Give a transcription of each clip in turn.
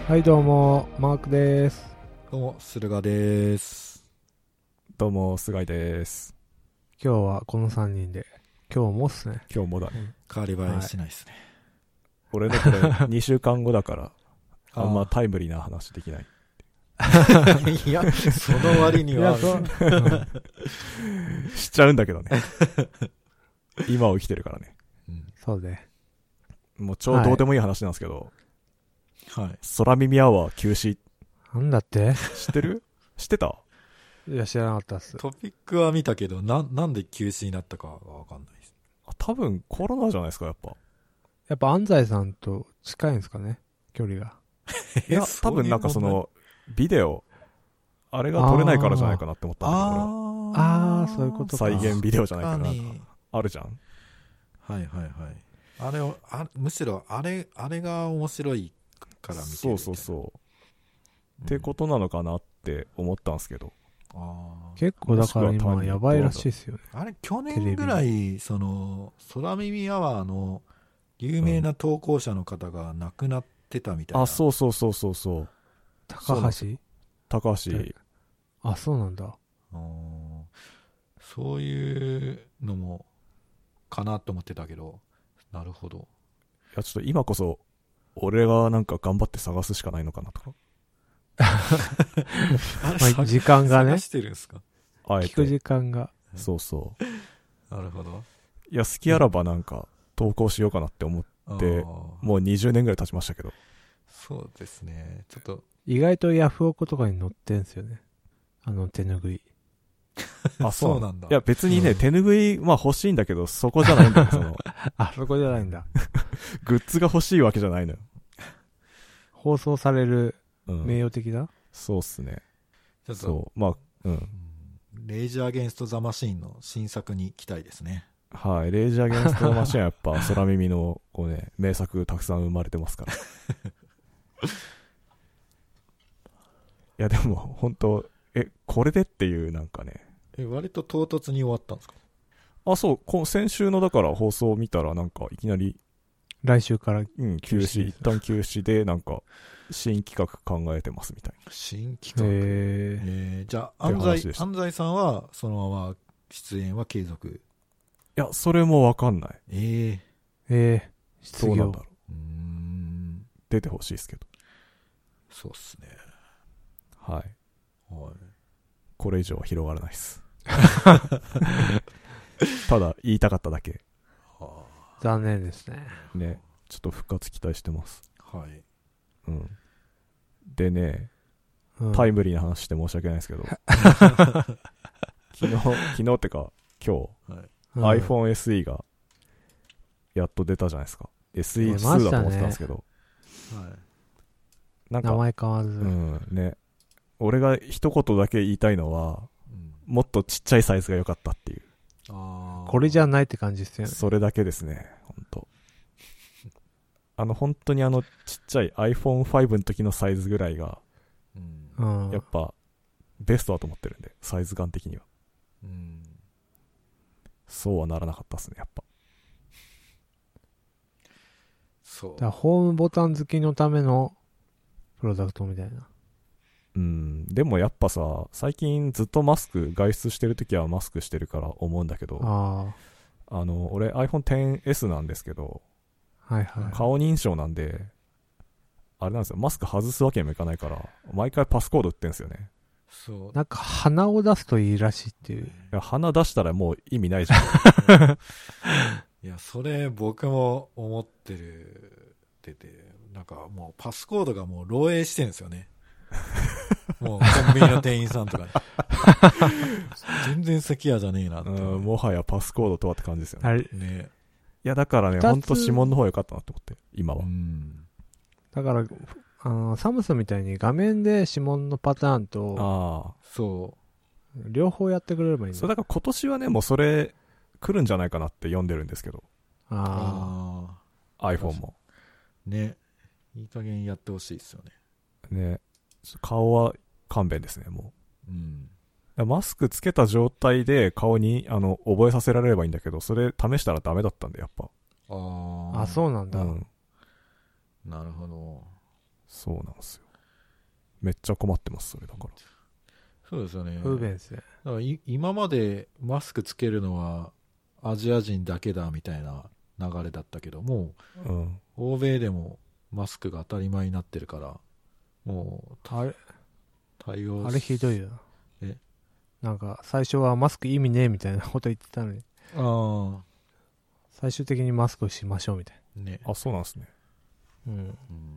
はいどうもマークです。 どうも駿河です。 どうも菅井です。 今日はこの3人で今日もっすね。 今日もだね、 変わり映えしないですね。 俺のこれ2週間後だからあんまタイムリーな話できない。 いやその割にはしちゃうんだけどね今を生きてるからね、 そうでもう超どうでもいい話なんですけど、 はい、 空耳アワー休止。 なんだって知ってる？知ってた？ いや知らなかったっす。 トピックは見たけどなんで休止になったかがわかんないです。 多分コロナじゃないですか。やっぱ安西さんと近いんですかね、距離が。 いや多分なんかそのビデオあれが撮れないからじゃないかなって思ったんだけど、 あーそういうことか。 再現ビデオじゃないかな、あるじゃん。 はいはいはい。あれをむしろあれが面白いから見てるみたいな。 そう、ってことなのかなって思ったんですけど、 結構だから今やばいらしいですよね。 あれ去年ぐらいその空耳アワーの有名な投稿者の方が亡くなってたみたいな。 そう高橋。 あ、そうなんだ。 そういうのもかなと思ってたけど、なるほど。 いやちょっと今こそ俺がなんか頑張って探すしかないのかなとかまあ、時間がね、 探してるんですか？ 聞く時間が。 そうなるほど。 いや好きあらばなんか投稿しようかなって思ってもう20年ぐらい経ちましたけど。 そうですね。ちょっと意外とヤフオクとかに載ってんすよね、手ぬぐい。 あ、 そうなんだ。 いや別にね、手ぬぐいまあ欲しいんだけどそこじゃないんだよ。 そこじゃないんだ。 グッズが欲しいわけじゃないのよ。 放送される名誉的だ、 そうっすね。 ちょっとレイジーアゲンストザマシーンの新作に期待ですね。 はい、レイジーアゲンストザマシーンはやっぱ空耳のこうね名作たくさん生まれてますからいやでも本当これでっていうなんかね、 割と唐突に終わったんですか？ そう先週のだから放送を見たらなんかいきなり来週から一旦休止でなんか新企画考えてますみたいな。 新企画。じゃあ安西さんはそのまま出演は継続？いやそれもわかんない。 失業。 どうなんだろう。出てほしいですけど。 そうっすね。 はい。これ以上は広がらないですただ言いたかっただけ。 残念ですね。 ね、ちょっと復活期待してます。 はい。 でね、タイムリーな話して申し訳ないですけど昨日ってか今日、iPhone SE がやっと出たじゃないですか。SE2 だと思ってたんですけど、なんか名前変わらず、 ね、俺が一言だけ言いたいのは、もっとちっちゃいサイズが良かったっていう。 これじゃないって感じですよね。 それだけですね。本当にちっちゃい iPhone5 の時のサイズぐらいが、やっぱベストだと思ってるんで、サイズ感的には。そうはならなかったですね、やっぱ。 だからホームボタン好きのためのプロダクトみたいな。 でもやっぱさ、最近ずっと外出してる時はマスクしてるから思うんだけど、俺 iPhone XS なんですけど、顔認証なんであれなんですよ、マスク外すわけにもいかないから毎回パスコード売ってんすよね。 なんか鼻を出すといいらしいっていう。 いや鼻出したらもう意味ないじゃんいやそれ僕も思ってて、なんかもうパスコードがもう漏洩してるんですよねもうコンビニの店員さんとかに全然セキュアじゃねえなって。 もはやパスコードとはって感じですよね。 いやだからね、ほんと指紋の方が良かったなって思って今は。 だからサムスンみたいに画面で指紋のパターンと両方やってくれればいいんだ。 だから今年はねもうそれ来るんじゃないかなって読んでるんですけど。iPhone もね、いい加減やってほしいですよね。 ね、顔は勘弁ですねもう。マスクつけた状態で顔に覚えさせられればいいんだけど、それ試したらダメだったんでやっぱ。 そうなんだ。 なるほど。 そうなんですよ。めっちゃ困ってます、それだから。 そうですよね。 不便ですね。 だから今までマスクつけるのはアジア人だけだみたいな流れだったけども、 うん、 欧米でもマスクが当たり前になってるから、もう対応あれひどいよな。 えなんか最初はマスク意味ねえみたいなこと言ってたのに、 ああ最終的にマスクをしましょうみたいね。 あ、そうなんですね。 な。うん。 うん、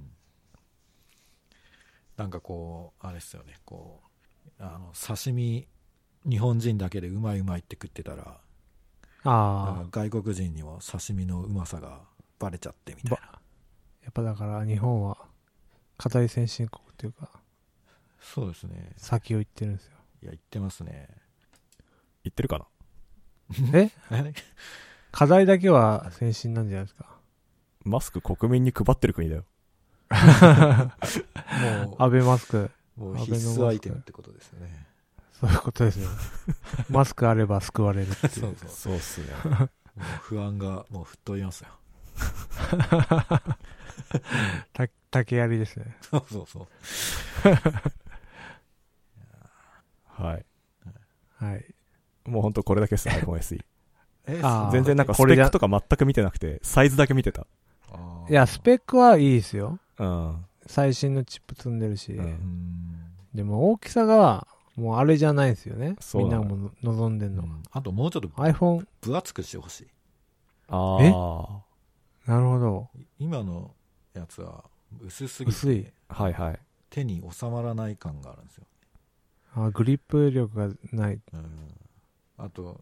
なんかこうあれですよね、こう刺身日本人だけでうまいうまいって食ってたら、外国人にも刺身のうまさがバレちゃってみたいな。 やっぱだから日本は課題先進国っていうか、 そうですね。 先を行ってるんですよ。 いや、言ってますね。 言ってるかなえ課題だけは先進なんじゃないですか。 マスク国民に配ってる国だよ。 もう安倍マスク。 もう必須アイテムってことですよね。 そういうことですよ。マスクあれば救われるっていう。 そうっすね。 もう不安がもう吹っ飛びますよ。 竹槍ですね。 そうそうそう。 はい。 はい。 もうほんとこれだけです、iPhone SE。 全然なんかスペックとか全く見てなくて、サイズだけ見てた。 いや、スペックはいいですよ。 うん。 最新のチップ積んでるし。 うん、 でも大きさが、もうあれじゃないですよね。みんなも望んでんの、 あともうちょっと iPhone 分厚くしてほしい。 なるほど。 今のやつは薄すぎて、 薄い。 はいはい。 手に収まらない感があるんですよ。 グリップ力がない。 あと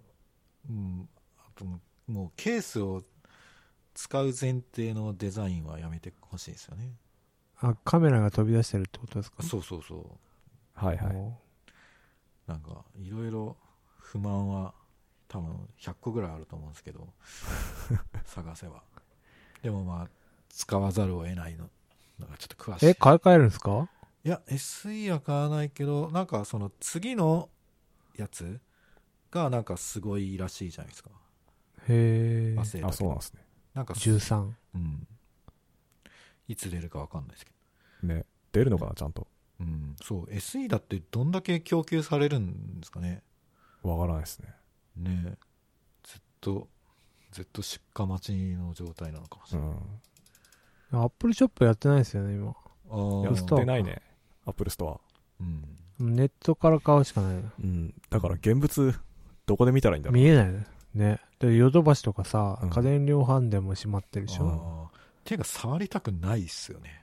もうケースを使う前提のデザインはやめてほしいですよね。 カメラが飛び出してるってことですか？ そうそうそう。 はいはい。 なんかいろいろ不満は多分100個ぐらいあると思うんですけど探せば。でもまあ使わざるを得ないの。なんかちょっと詳しい。 買い替えるんですか？ いや SE は買わないけど、なんかその次のやつがなんかすごいらしいじゃないですか。 へえ。 そうなんですね。 なんか 13。 うん。いつ出るかわかんないですけど。 ね、出るのかな、ちゃんと。 うん、そう SE だってどんだけ供給されるんですかね。 わからないですね。 ね、ずっと出荷待ちの状態なのかもしれない。 アップルショップやってないですよね今。 やってないね、アップルストア。 ネットから買うしかない。 だから現物どこで見たらいいんだろう。 見えないね。でヨドバシとかさ、家電量販店も閉まってるでしょ。 ていうか触りたくないっすよね。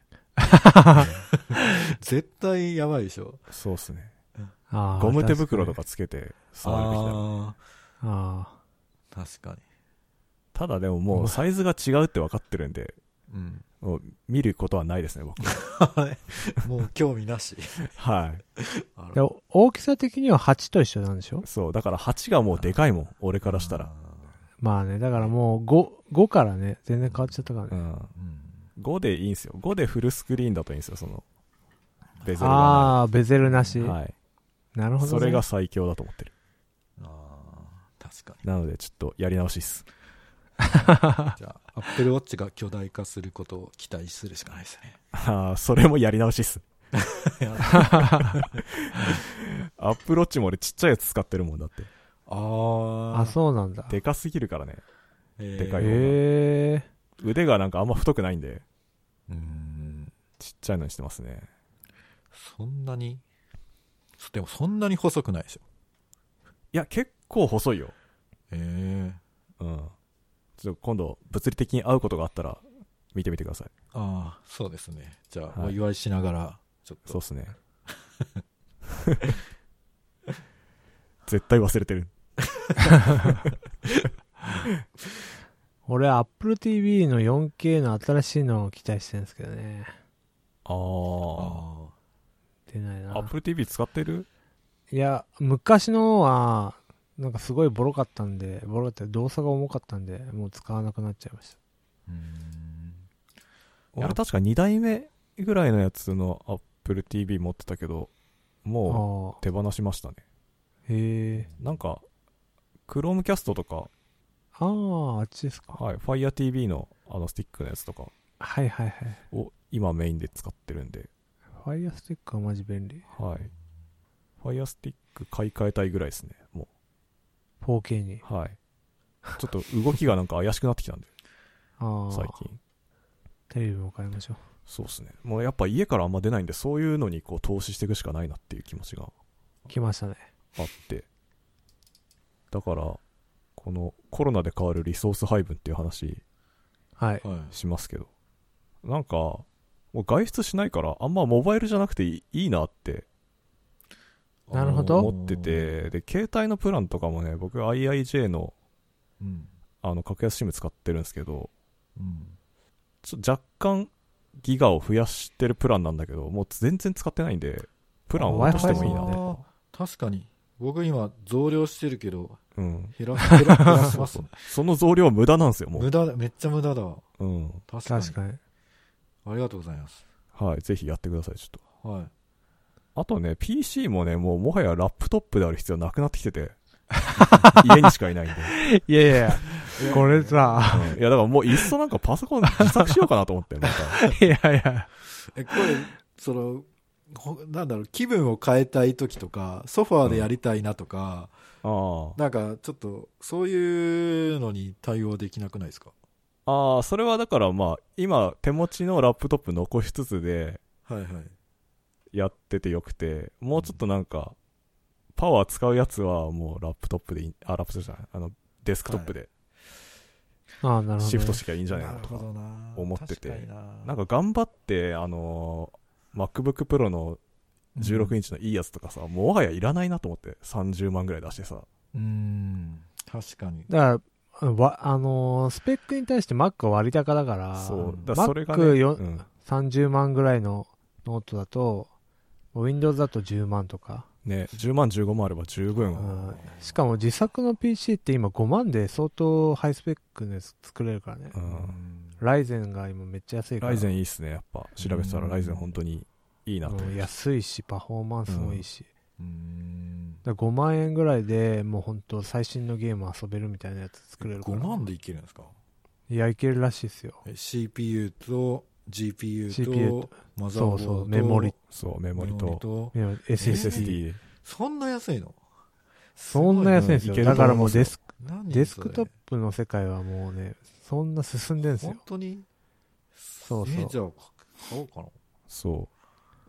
絶対やばいでしょ。 そうっすね。ゴム手袋とかつけて触るべきだ。 確かに。 ただでももうサイズが違うって分かってるんで、もう見ることはないですね、僕。 もう興味なし。 はい。 大きさ的には8と一緒なんでしょ？ そう、だから8がもうでかいもん、俺からしたら。 まあね、だからもう5からね、全然変わっちゃったからね。 5でいいんですよ。5でフルスクリーンだといいんですよ、その。ベゼルが。 ベゼルなし。 はい。 なるほど、 ね。それが最強だと思ってる。 確かに。 なので、ちょっとやり直しっす。 じゃあ、アップルウォッチが巨大化することを期待するしかないですね。 それもやり直しっす。アップルウォッチも俺ちっちゃいやつ使ってるもんだって。 そうなんだ。 でかすぎるからね。でかい方が。腕がなんかあんま太くないんで。ちっちゃいのにしてますね。 そんなにでもそんなに細くないでしょ。 いや、結構細いよ。ちょっと今度物理的に会うことがあったら見てみてください。 そうですね。じゃあ、お祝いしながらちょっと。 そうっすね。絶対忘れてる。 俺 Apple TV の 4K の新しいのを期待してるんですけどね。出ないな。 Apple TV 使ってる？ いや、昔のはなんかすごいボロかったんで、動作が重かったんで、もう使わなくなっちゃいました。 俺確か2代目ぐらいのやつの Apple TV 持ってたけど、もう手放しましたね。 へえ。 なんか Chromecast とか、 あっちですか。 はい、Fire TV のスティックのやつとかはいはいはいを今メインで使ってるんで。 ファイアスティックはマジ便利。 はい。ファイアスティック買い替えたいぐらいですね、もう。4K に。 はい。ちょっと動きがなんか怪しくなってきたんで。最近。 テレビも買いましょう。 そうですね。もうやっぱ家からあんま出ないんで、そういうのにこう投資していくしかないなっていう気持ちが。 来ましたね。 あって。だから、このコロナで変わるリソース配分っていう話、 はい。 しますけど。なんか、もう外出しないから、あんまモバイルじゃなくていいなって、 なるほど。 思ってて、で、携帯のプランとかもね、僕 IIJ の、格安 SIM 使ってるんですけど、若干ギガを増やしてるプランなんだけど、もう全然使ってないんで、プランを落としてもいいなって。 確かに。僕今増量してるけど、減らしますね。 その増量無駄なんですよ、もう。 無駄、めっちゃ無駄だ。 うん。確かに。 ありがとうございます。 はい、ぜひやってください、ちょっと。 はい。 あとね、PC もね、もはやラップトップである必要なくなってきてて、家にしかいないんで。 いやいや、これさ、 いやだからもういっそなんかパソコン自作しようかなと思って、また。いやいや。 これ、なんだろう、気分を変えたい時とか、ソファーでやりたいなとか、なんかちょっと、そういうのに対応できなくないですか？ それはだからまあ、今手持ちのラップトップ残しつつで、 はいはい。 やっててよくて、もうちょっとなんか、パワー使うやつはもうラップトップでラップトップじゃない、デスクトップで、 なるほど。 シフトしてきゃいいんじゃないかとか思ってて、なんか頑張って、MacBook Pro の16インチのいいやつとかさ、もはやいらないなと思って、30万ぐらい出してさ。 確かに。 だから、スペックに対して Mac は割高だから、 それがね、 30万ぐらいのノートだと、Windows だと10万とか。 ね、10万15万あれば十分、 しかも自作の PC って今5万で相当ハイスペックで作れるからね。ライゼンが今めっちゃ安いから。 ライゼンいいっすね、やっぱ。調べてたらライゼン本当にいいなと。 安いし、パフォーマンスもいいし。だ5万円ぐらいでもう本当最新のゲーム遊べるみたいなやつ作れるから。 5万でいけるんですか？ いや、いけるらしいですよ。 CPU と GPU とマザーボードとメモリ。 メモリと SSD。 そんな安いの？ そんな安いんですよ。だからもうデスクトップの世界はもうね、そんな進んでんですよ。 本当に？ そう。 じゃあ買おうかな。 そう。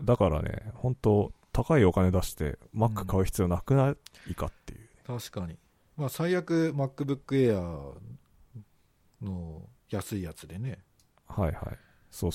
だからね、本当高いお金出して Mac 買う必要なくないかっていう。 確かに。まあ最悪 MacBook Air の安いやつでね。 はいはい。そう。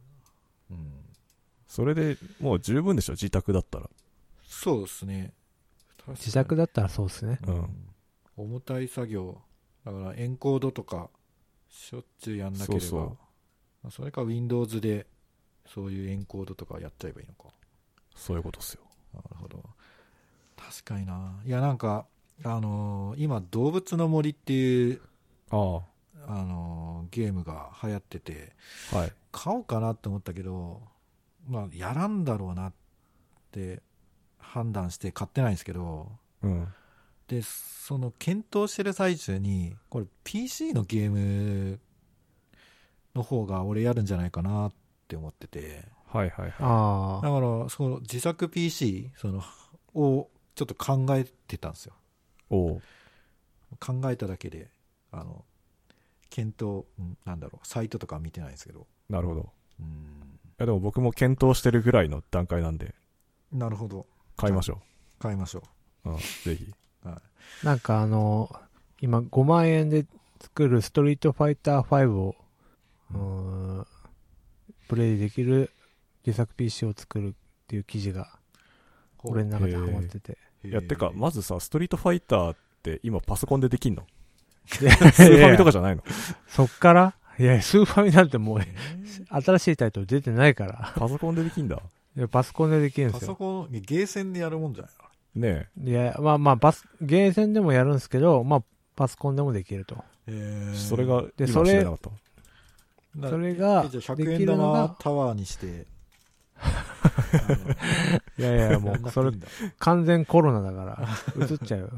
それでもう十分でしょ、自宅だったら。 そうですね。 自宅だったらそうですね。 重たい作業。だからエンコードとかしょっちゅうやんなければ。それか Windows でそういうエンコードとかやっちゃえばいいのか。 そういうことっすよ。 なるほど。確かにな。いやなんか今動物の森っていうゲームが流行ってて、買おうかなって思ったけど、まあやらんだろうなって判断して買ってないんですけど、でその検討してる最中にこれ PC のゲームの方が俺やるんじゃないかなって思ってて、だからその自作 PC をちょっと考えてたんですよ。考えただけで検討、なんだろう、サイトとか見てないんですけど。 なるほど。いやでも僕も検討してるぐらいの段階なんで。 なるほど。 買いましょう。ぜひ。 なんか今5万円で作るストリートファイター5を、プレイできる自作 PC を作るっていう記事が俺の中でハマってて。 いやてかまずさ、ストリートファイターって今パソコンでできんの？スーファミとかじゃないの？ そっから？いやスーファミなんてもう新しいタイトル出てないから。 パソコンでできんだ。 いやパソコンでできるんですよ。 パソコンゲーセンでやるもんじゃないの？ ねえ。いやまあゲーセンでもやるんですけど、まあパソコンでもできると。 それが今知らなかった。 それがじゃあ100円玉タワーにしていやもうそれ完全コロナだから映っちゃうよ。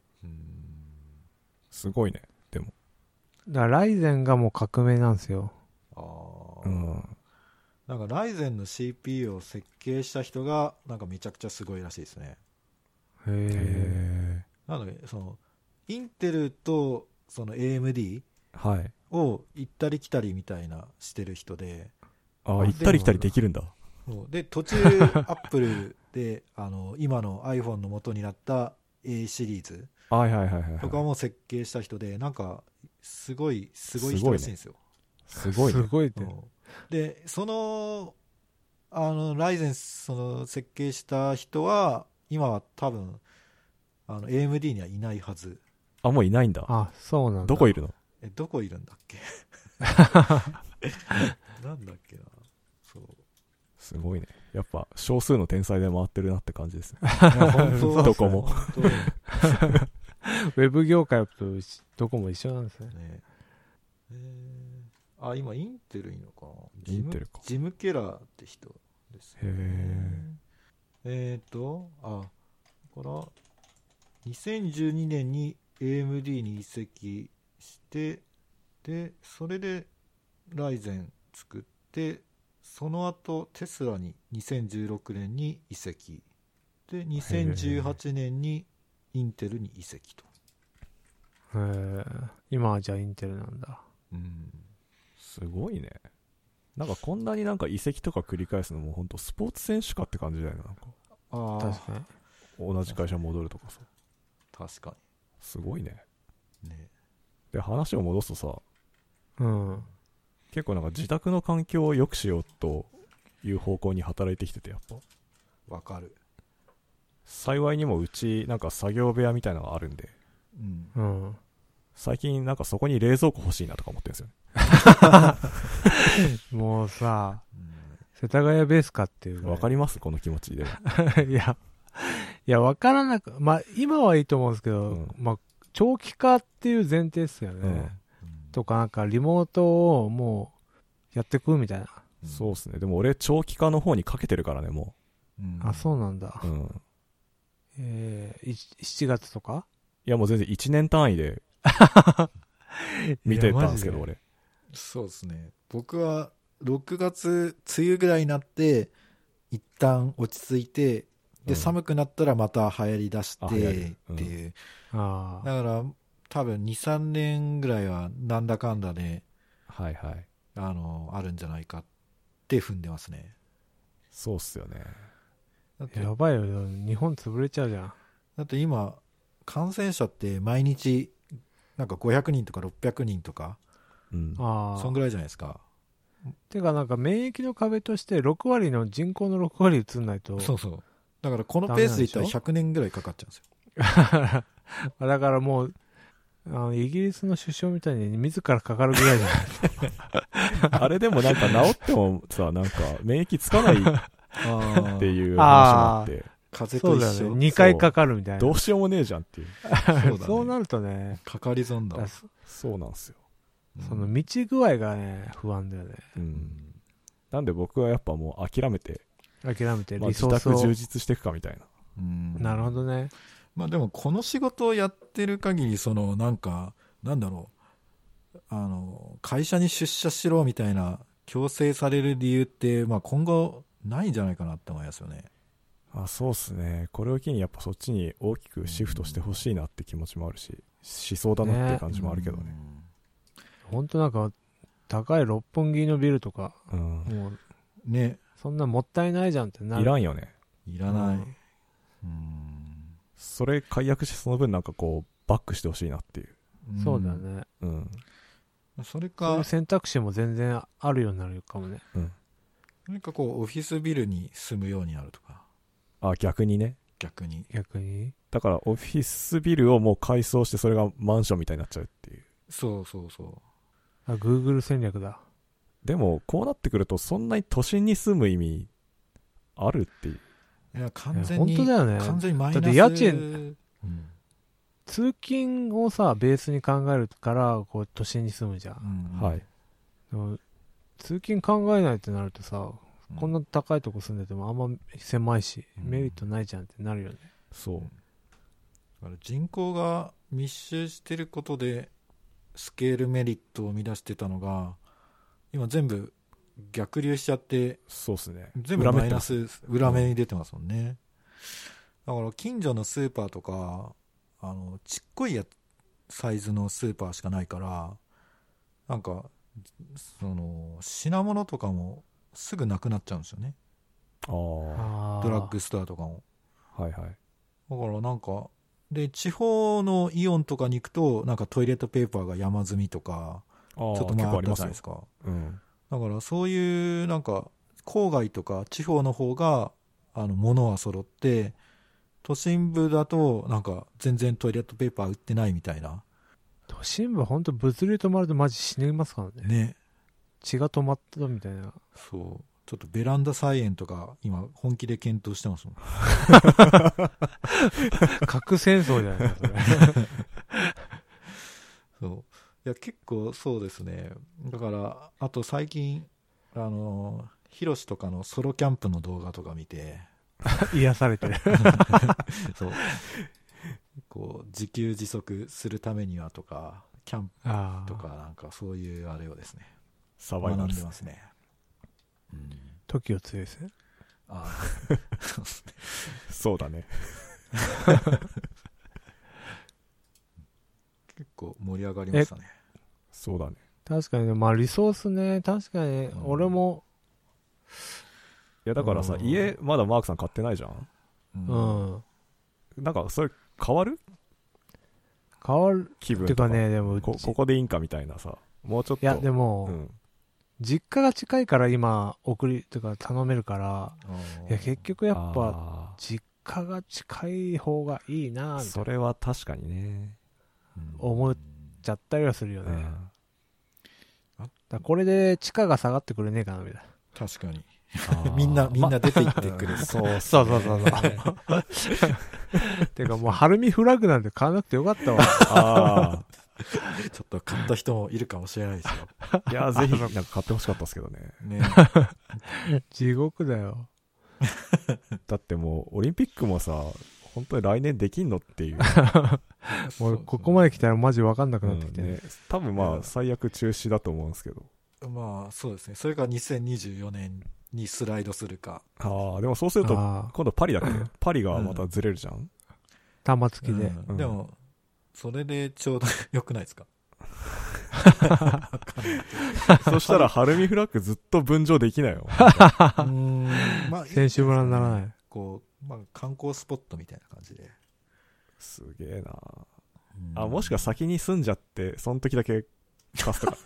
すごいね。でもだからライゼンがもう革命なんですよ。 うん。なんかライゼンの CPU を設計した人がなんかめちゃくちゃすごいらしいですね。 へえ。 なのでそのインテルとその AMD を行ったり来たりみたいなしてる人で、 行ったり来たりできるんだ。 で途中アップルで今の iPhone の元になった A シリーズとかも設計した人で、なんかすごい人らしいんですよ。 すごいね。 すごいね。 でそのライゼンその設計した人は今は多分AMD にはいないはず。 もういないんだ。 そうなんだ。 どこいるの？ どこいるんだっけなんだっけな。そう。 すごいね。やっぱ少数の天才で回ってるなって感じですね。 本当どこも。 ウェブ業界とどこも一緒なんですね。 今インテルいいのかな。 インテルか。 ジム・ケラーって人ですね。これから2012年に AMD に移籍して、でそれでライゼン作って、その後テスラに2016年に移籍で、2018年にインテルに移籍と。 今はじゃあインテルなんだ。 すごいね。なんかこんなになんか移籍とか繰り返すのも本当スポーツ選手かって感じだよね。なんか確かに同じ会社戻るとかさ。 確かにすごいね。で話を戻すとさ、結構なんか自宅の環境を良くしようという方向に働いてきてて、やっぱわかる。 幸いにもうちなんか作業部屋みたいなのがあるんで、最近なんかそこに冷蔵庫欲しいなとか思ってるんですよね。もうさ、世田谷ベースかっていう、 わかりますこの気持ちで。 いやわからなく、今はいいと思うんですけど、長期化っていう前提ですよね。とかなんかリモートをもうやってくみたいな。 そうですね。でも俺長期化の方にかけてるからね、もう。そうなんだ。7月とか？ いやもう全然1年単位で見てたんですけど俺。 そうですね。僕は6月梅雨ぐらいになって一旦落ち着いて、で寒くなったらまた流行り出してっていう。だから多分 2,3 年ぐらいはなんだかんだで、あるんじゃないかって踏んでますね。 そうっすよね。 やばいよ、日本潰れちゃうじゃん。 だって今感染者って毎日なんか500人とか600人とか、そんぐらいじゃないですか。 てかなんか免疫の壁として6割の人口の6割移んないと。 そうそう。だからこのペースでいったら100年ぐらいかかっちゃうんですよ。 だからもうイギリスの首相みたいに自らかかるぐらいじゃないあれでもなんか治ってもさ、なんか免疫つかないっていう話もあって。 風邪と一緒。 そうだね。2回かかるみたいな。 どうしようもねえじゃんっていう。 そうなるとね。 かかり損だ。 そうなんですよ。 その道具合がね、不安だよね。 なんで僕はやっぱもう諦めてリソー自宅充実していくかみたいな。なるほどね。 でもこの仕事をやってる限り、なんだろう、会社に出社しろみたいな強制される理由って、今後ないんじゃないかなって思いますよね。 そうっすね。これを機にやっぱそっちに大きくシフトしてほしいなって気持ちもあるしそうだなっていう感じもあるけどね。 ほんとなんか高い六本木のビルとか、もうね、 そんなもったいないじゃんってなる。 いらんよね。 いらない。 それ解約してその分なんかこうバックしてほしいなっていう。 そうだね。 それかそういう選択肢も全然あるようになるかもね。 それかこうオフィスビルに住むようになるとか。 逆にね。 逆にだからオフィスビルをもう改装してそれがマンションみたいになっちゃうっていう。 そう。 Google 戦略だ。 でもこうなってくるとそんなに都心に住む意味あるっていう。 いや完全に本当だよね。 完全にマイナス。 だって家賃、通勤をさベースに考えるからこう都心に住むじゃん。でも通勤考えないってなるとさ、こんな高いとこ住んでてもあんま狭いし、メリットないじゃんってなるよね。 そう。 だから人口が密集してることでスケールメリットを生み出してたのが、 今全部逆流しちゃって、 そうですね。 全部マイナス、裏目に出てますもんね。だから近所のスーパーとか、ちっこいサイズのスーパーしかないから、なんか、品物とかもすぐなくなっちゃうんですよね。ドラッグストアとかも。 はいはい。 だからなんか、で、地方のイオンとかに行くと、なんかトイレットペーパーが山積みとか、ちょっと前あったじゃないですか。 うん。 だからそういうなんか郊外とか地方の方が物は揃って、都心部だとなんか全然トイレットペーパー売ってないみたいな。 都心部は本当物流止まるとマジ死にますからね。 ね。 血が止まったみたいな。 そう。ちょっとベランダ菜園とか今本気で検討してますもん。 核戦争じゃないですか、それ。 そう。いや、結構そうですね。だから、あと最近、ヒロシとかのソロキャンプの動画とか見て、 癒されてる。 そう。こう、自給自足するためにはとか、キャンプとかなんかそういうあれをですね、 サバイバル学んでますね。 うん。時を強いですね。 ああ。 そうだね。 結構盛り上がりましたね。 そうだね。 確かにね、まあリソースね、確かに、俺も。 いやだからさ、家、まだマークさん買ってないじゃん。 うん。 なんか、それ、変わる気分とか。 ってかね、でもここでいいんかみたいなさ、もうちょっと。 いや、でも、実家が近いから今、とか頼めるから、いや、結局やっぱ、実家が近い方がいいな、みたいな。 それは確かにね。 思っちゃったりはするよね。だこれで地価が下がってくれねえかなみたいな。 確かに。みんな出ていってくれる。 そう。てかもう、ハルミフラグなんて買わなくてよかったわ。 ちょっと買った人もいるかもしれないですよ。 いや、ぜひなんか買ってほしかったですけどね。 地獄だよ。 だってもう、オリンピックもさ、本当に来年できんのっていう。 もうここまで来たらマジ分かんなくなってきて、ね。 多分まあ最悪中止だと思うんですけど。 まあそうですね。それが2024年にスライドするか。 ああ、でもそうすると今度パリだっけ？パリがまたずれるじゃん。 玉突きで。 でもそれでちょうど良くないですか？ そしたらハルミフラッグずっと分譲できないよ。 まあ選手村にならない。 こうまあ観光スポットみたいな感じで。 すげえなあ。もしくは先に住んじゃって、その時だけ貸すとか。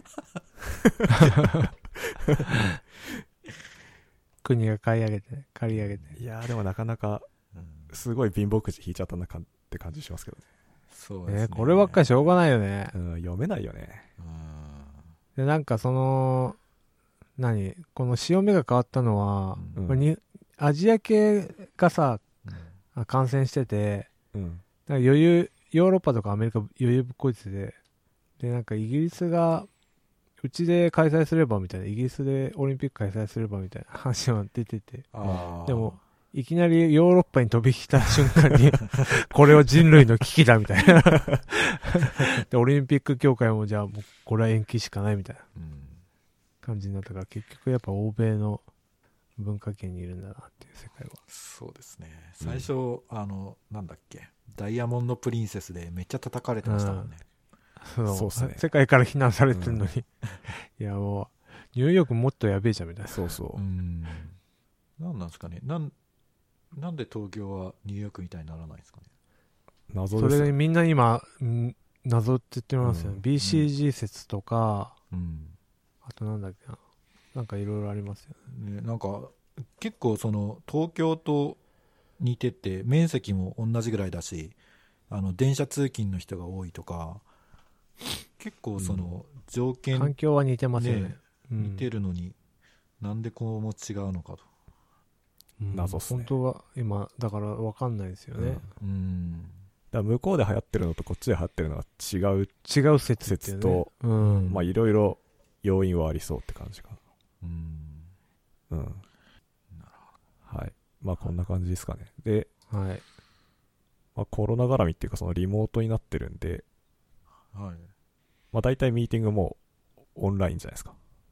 国が借り上げて。 いやーでもなかなか、すごい貧乏くじ引いちゃったなって感じしますけどね。 そうですね。 こればっかりしょうがないよね。 読めないよね。 で、なんかこの潮目が変わったのは、アジア系がさ、感染してて、ヨーロッパとかアメリカ余裕ぶっこいてて、で、なんかイギリスが、うちで開催すればみたいな、イギリスでオリンピック開催すればみたいな話が出てて、でも、いきなりヨーロッパに飛び来た瞬間に、これは人類の危機だみたいな。で、オリンピック協会もじゃあもうこれは延期しかないみたいな感じになったから、結局やっぱ欧米の文化圏にいるんだなっていう世界は。 そうですね。最初、なんだっけ、ダイヤモンドプリンセスでめっちゃ叩かれてましたもんね。 そうですね。世界から非難されてるのに。いやもう、ニューヨークもっとやべえじゃんみたいな。 そうそう。 なんなんですかね。なんで東京はニューヨークみたいにならないんですかね。 謎です。 それでみんな今、謎って言ってますよね。BCG 説とか、あとなんだっけな。なんかいろいろありますよね。なんか、結構東京と似てて、面積も同じぐらいだし、電車通勤の人が多いとか、結構条件、 環境は似てますよね。 似てるのに、なんでこうも違うのかと。 謎っすね。 本当は今、だから分かんないですよね。 だから向こうで流行ってるのとこっちで流行ってるのが違う説と、まあいろいろ要因はありそうって感じかな。はい。まあこんな感じですかね。で、まあコロナ絡みっていうかリモートになってるんで、まあ大体ミーティングもオンラインじゃないですか。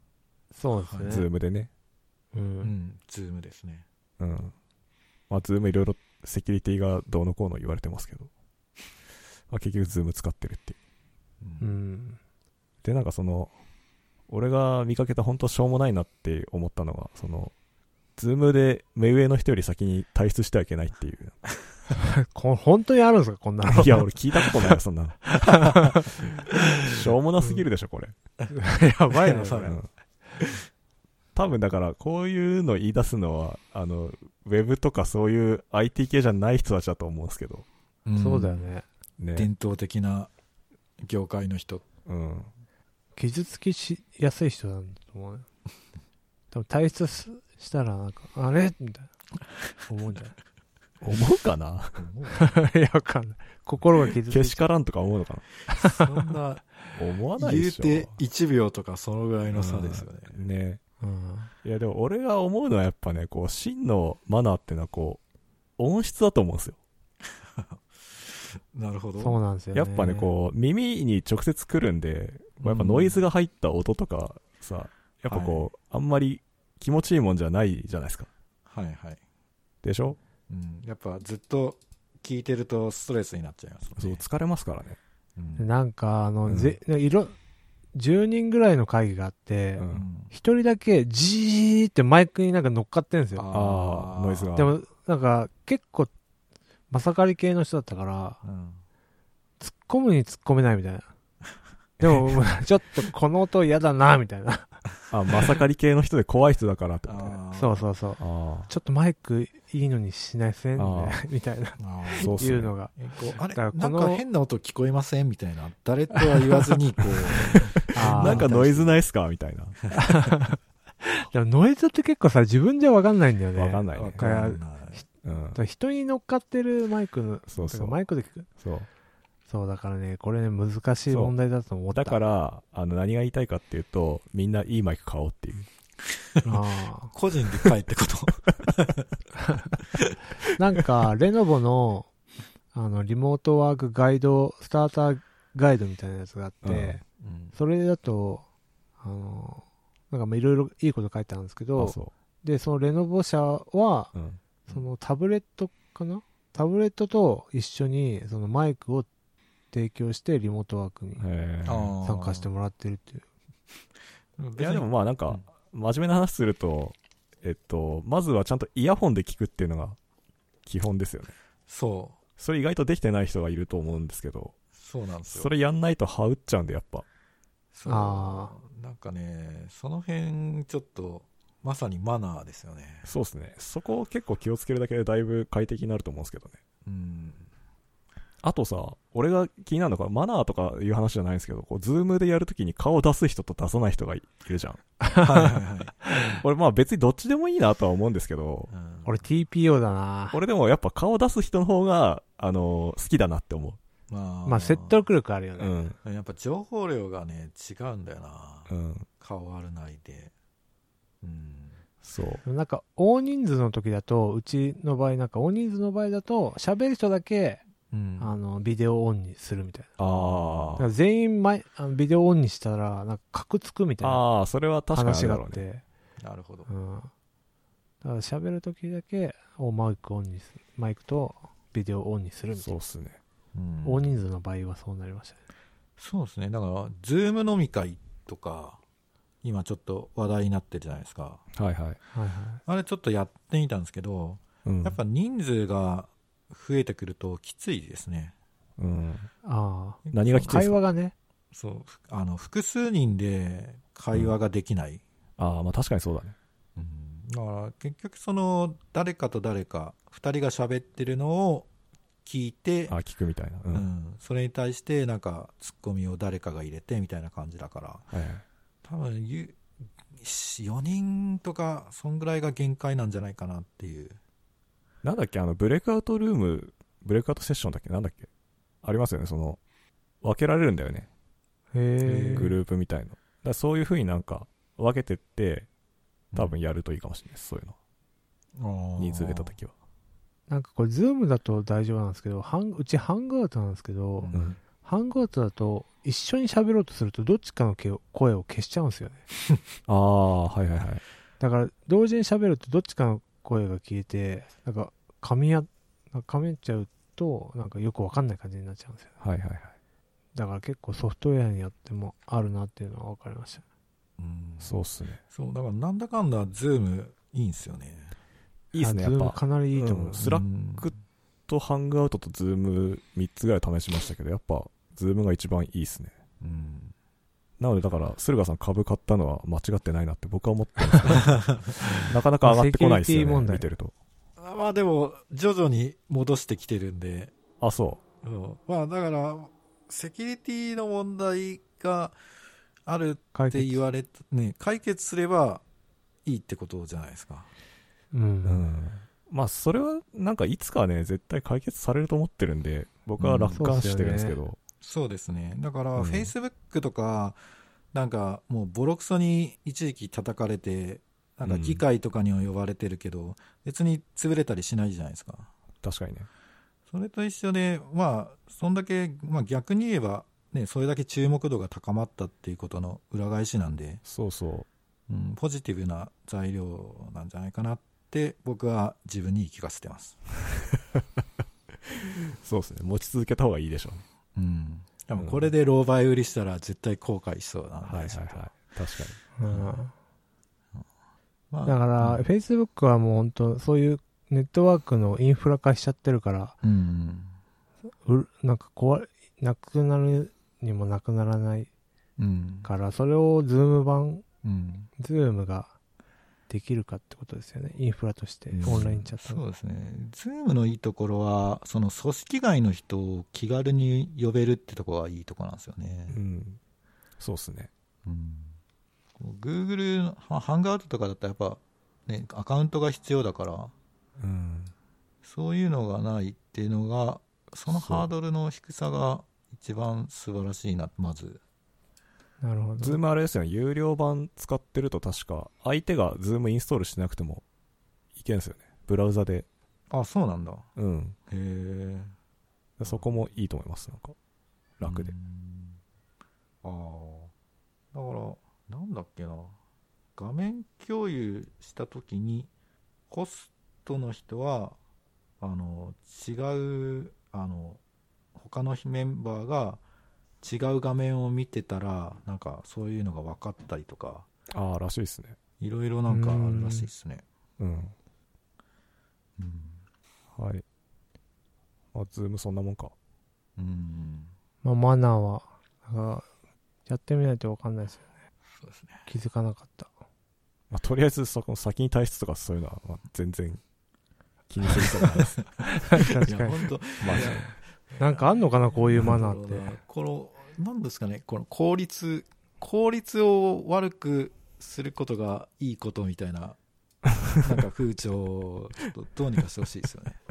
そうですね。 ズームでね。 うん、ズームですね。 うん。まあ、ズームいろいろセキュリティがどうのこうの言われてますけど、まあ、結局ズーム使ってるっていう。で、なんか俺が見かけた本当しょうもないなって思ったのが、ズームで目上の人より先に退出してはいけないっていう。 本当にあるんですか、こんなの。 いや、俺聞いたことないよ、そんなの。しょうもなすぎるでしょ、これ。 やばいな、それ。 多分だから、こういうの言い出すのは、ウェブとかそういう IT 系じゃない人たちだと思うんですけど。 そうだよね。 伝統的な業界の人。 傷つきしやすい人なんだと思うよ。多分退出したらなんか、あれみたいな。思うんじゃない思うかな。 いや、わかんない。心が傷ついて。 けしからんとか思うのかな。そんな、 思わないでしょ。 言うて1秒とかそのぐらいの差ですよね。 ね。いや、でも俺が思うのはやっぱね、真のマナーってのは音質だと思うんですよ。 なるほど。 そうなんですよね。 やっぱね、耳に直接来るんで、やっぱノイズが入った音とかさ、やっぱあんまり気持ちいいもんじゃないじゃないですか。 はいはい。 でしょ？ やっぱずっと聞いてるとストレスになっちゃいますね。 そう、疲れますからね。 なんか10人ぐらいの会議があって、一人だけジーってマイクになんか乗っかってるんですよ。 ノイズが。 でも、なんか結構、まさかり系の人だったから、突っ込むに突っ込めないみたいな。でも、ちょっとこの音嫌だな、みたいな。 まさかり系の人で怖い人だからってことね。 そうそうそう。ちょっとマイクいいのにしないせんね、みたいな。 そういうのが。 あれなんか変な音聞こえませんみたいな。誰とは言わずに、 なんかノイズないっすかみたいな。 でもノイズって結構さ、自分じゃわかんないんだよね。 わかんないね。 人に乗っかってるマイクの、マイクで聞く。そう、だからね、これね、難しい問題だと思った。 だから、何が言いたいかっていうと、みんないいマイク買おうっていう。 個人で買えってことなんか、レノボの、リモートワークガイド、スターターガイドみたいなやつがあって、それだと、なんかいろいろいいこと書いてあるんですけど、で、そのレノボ社は、そのタブレットかな？タブレットと一緒に、そのマイクを提供してリモートワークに参加してもらってるっていう。 いやでもまあなんか真面目な話するとまずはちゃんとイヤホンで聞くっていうのが基本ですよね。 それ意外とできてない人がいると思うんですけど。 そうなんですよ。 それやんないと羽打っちゃうんでやっぱ。 なんかね、その辺ちょっとまさにマナーですよね。 そうですね。そこを結構気をつけるだけでだいぶ快適になると思うんですけどね。あとさ、俺が気になるのがマナーとかいう話じゃないんですけど、ズームでやるときに顔を出す人と出さない人がいるじゃん。俺まあ別にどっちでもいいなとは思うんですけど、 俺 TPO だな。 俺でもやっぱ顔を出す人の方が好きだなって思う。 まあ説得力あるよね。 やっぱ情報量がね違うんだよな。顔あるないで。 そう。 なんか大人数の時だと、うちの場合なんか大人数の場合だと喋る人だけビデオオンにするみたいな。全員ビデオオンにしたら、なんかカクつくみたいな。 それは確かに話があって。 なるほど。 だから喋るときだけマイクとビデオオンにするみたいな。 そうっすね。 大人数の場合はそうなりましたね。 そうですね。だから、ズーム飲み会とか、今ちょっと話題になってるじゃないですか。あれちょっとやってみたんですけど、やっぱ人数が増えてくるときついですね。 何がきついですか？ 会話がね。 そう、複数人で会話ができない。 まあ確かにそうだね。 だから結局誰かと誰か2人が喋ってるのを聞いて、 聞くみたいな。 それに対してなんかツッコミを誰かが入れてみたいな感じだから、多分4人とかそんぐらいが限界なんじゃないかなっていう。 なんだっけ、ブレイクアウトルーム、ブレイクアウトセッションだっけ、なんだっけありますよね。分けられるんだよね。グループみたいの。だそういう風になんか分けてって多分やるといいかもしれないです。そういうの。人数出た時は。 なんかこれズームだと大丈夫なんですけど、うちハングアウトなんですけど、ハングアウトだと一緒に喋ろうとするとどっちかの声を消しちゃうんですよね。 ああ、はいはいはい。 だから同時に喋るとどっちかの声が消えて、なんか噛みっちゃうと、なんかよくわかんない感じになっちゃうんですよね。 はいはいはい。 だから結構ソフトウェアによってもあるなっていうのは分かりました。 そうっすね。 そう、だからなんだかんだズームいいんすよね。 いいっすね、やっぱ。 かなりいいと思う。 スラックとハングアウトとズーム3つぐらい試しましたけど、やっぱズームが一番いいっすね。なのでだから、駿河さん株買ったのは間違ってないなって僕は思ってるんですけど、なかなか上がってこないっすよね、見てると。 まあでも、徐々に戻してきてるんで。 あ、そう。 まあだから、セキュリティの問題があるって言われて、ね、解決すればいいってことじゃないですか。 まあそれはなんかいつかね、絶対解決されると思ってるんで、僕は楽観してるんですけど。 そうですね。だから、Facebook とか、なんかもうボロクソに一時期叩かれて、なんか議会とかには呼ばれてるけど、別に潰れたりしないじゃないですか。 確かにね。 それと一緒で、まあ、そんだけ、まあ逆に言えば、ね、それだけ注目度が高まったっていうことの裏返しなんで、 そうそう。 ポジティブな材料なんじゃないかなって僕は自分に言い聞かせてます。 そうですね。持ち続けた方がいいでしょうね。 でもこれで狼狽売りしたら絶対後悔しそうなんで、 はいはいはい。確かに。だから、Facebook はもう本当そういうネットワークのインフラ化しちゃってるから、なんかなくなるにもなくならないから、それをズーム版、ズームができるかってことですよね。インフラとしてオンラインチャット、 そうですね。ズームのいいところはその組織外の人を気軽に呼べるってところがいいところなんですよね。 そうですね。 Google ハンガーアウトとかだったらやっぱねアカウントが必要だから、そういうのがないっていうのがそのハードルの低さが一番素晴らしいな、まず。 なるほど。 ズームあれですよね、有料版使ってると確か相手がズームインストールしてなくてもいけるんですよね、ブラウザで。 あ、そうなんだ。 へえ。そこもいいと思います。なんか楽で。 だからなんだっけな、画面共有した時にホストの人は違う他のメンバーが違う画面を見てたらなんかそういうのが分かったりとか、 らしいですね。 いろいろなんかあるらしいですね。 はい。ズームそんなもんか。 マナーはやってみないと分かんないですよね。 そうですね。 気づかなかった。 とりあえずそこの先に退出とかそういうのは全然気にすることないです。 確かに。なんかあんのかな、こういうマナーって。 なんですかね、この効率を悪くすることがいいことみたいな、なんか風潮をちょっとどうにかしてほしいですよね。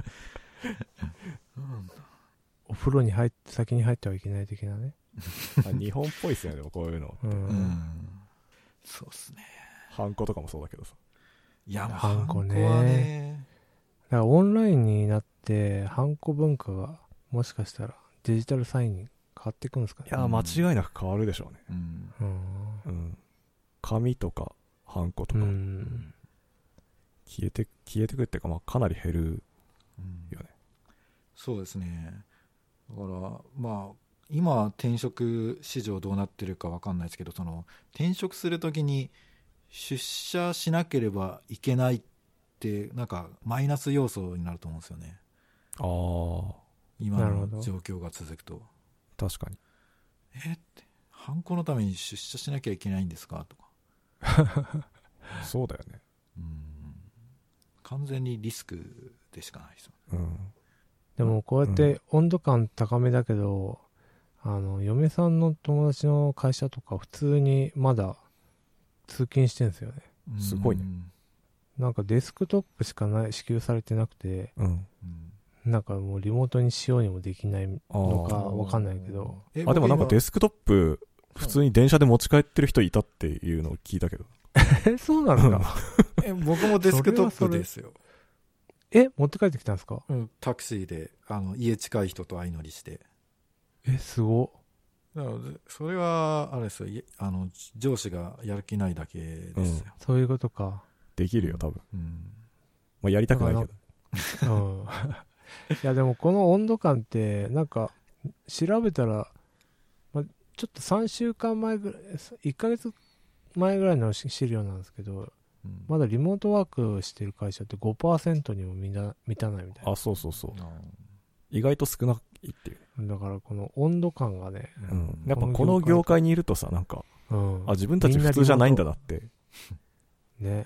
お風呂に先に入ってはいけない的なね。 日本っぽいですよね、でもこういうの。 そうっすね。 ハンコとかもそうだけどさ。 いや、 ハンコね。だからオンラインになってハンコ文化がもしかしたらデジタルサインに変わっていくんですかね。 いや、間違いなく変わるでしょうね。紙とかハンコとか消えてくっていうか、かなり減るよね。 そうですね。だから今転職市場どうなってるか分かんないですけど、その転職するときに出社しなければいけないってなんかマイナス要素になると思うんですよね。今の状況が続くと。 確かに。 ってハンコのために出社しなきゃいけないんですかとか。 そうだよね。 完全にリスクでしかないですよね。 でもこうやって温度感高めだけど、嫁さんの友達の会社とか普通にまだ通勤してるんですよね。 すごいね。 なんかデスクトップしか支給されてなくて、なんかもうリモートにしようにもできないのかわかんないけど。 でもなんかデスクトップ普通に電車で持ち帰ってる人いたっていうのを聞いたけど。 そうなんだ。 僕もデスクトップですよ。 持って帰ってきたんですか？ タクシーで家近い人と相乗りして。 すごっ。 だからそれはあれですよ、上司がやる気ないだけですよ、 そういうことか。 できるよ多分、まあ、やりたくないけどいやでもこの温度感ってなんか調べたら、まあ、ちょっと3週間前ぐらい1ヶ月前ぐらいの資料なんですけど、まだリモートワークしてる会社って 5% にも満たないみたいな。 あ、そうそうそう、意外と少ないっていう。 だからこの温度感がね、 やっぱこの業界にいるとさ、なんか、あ、自分たち普通じゃないんだなってね。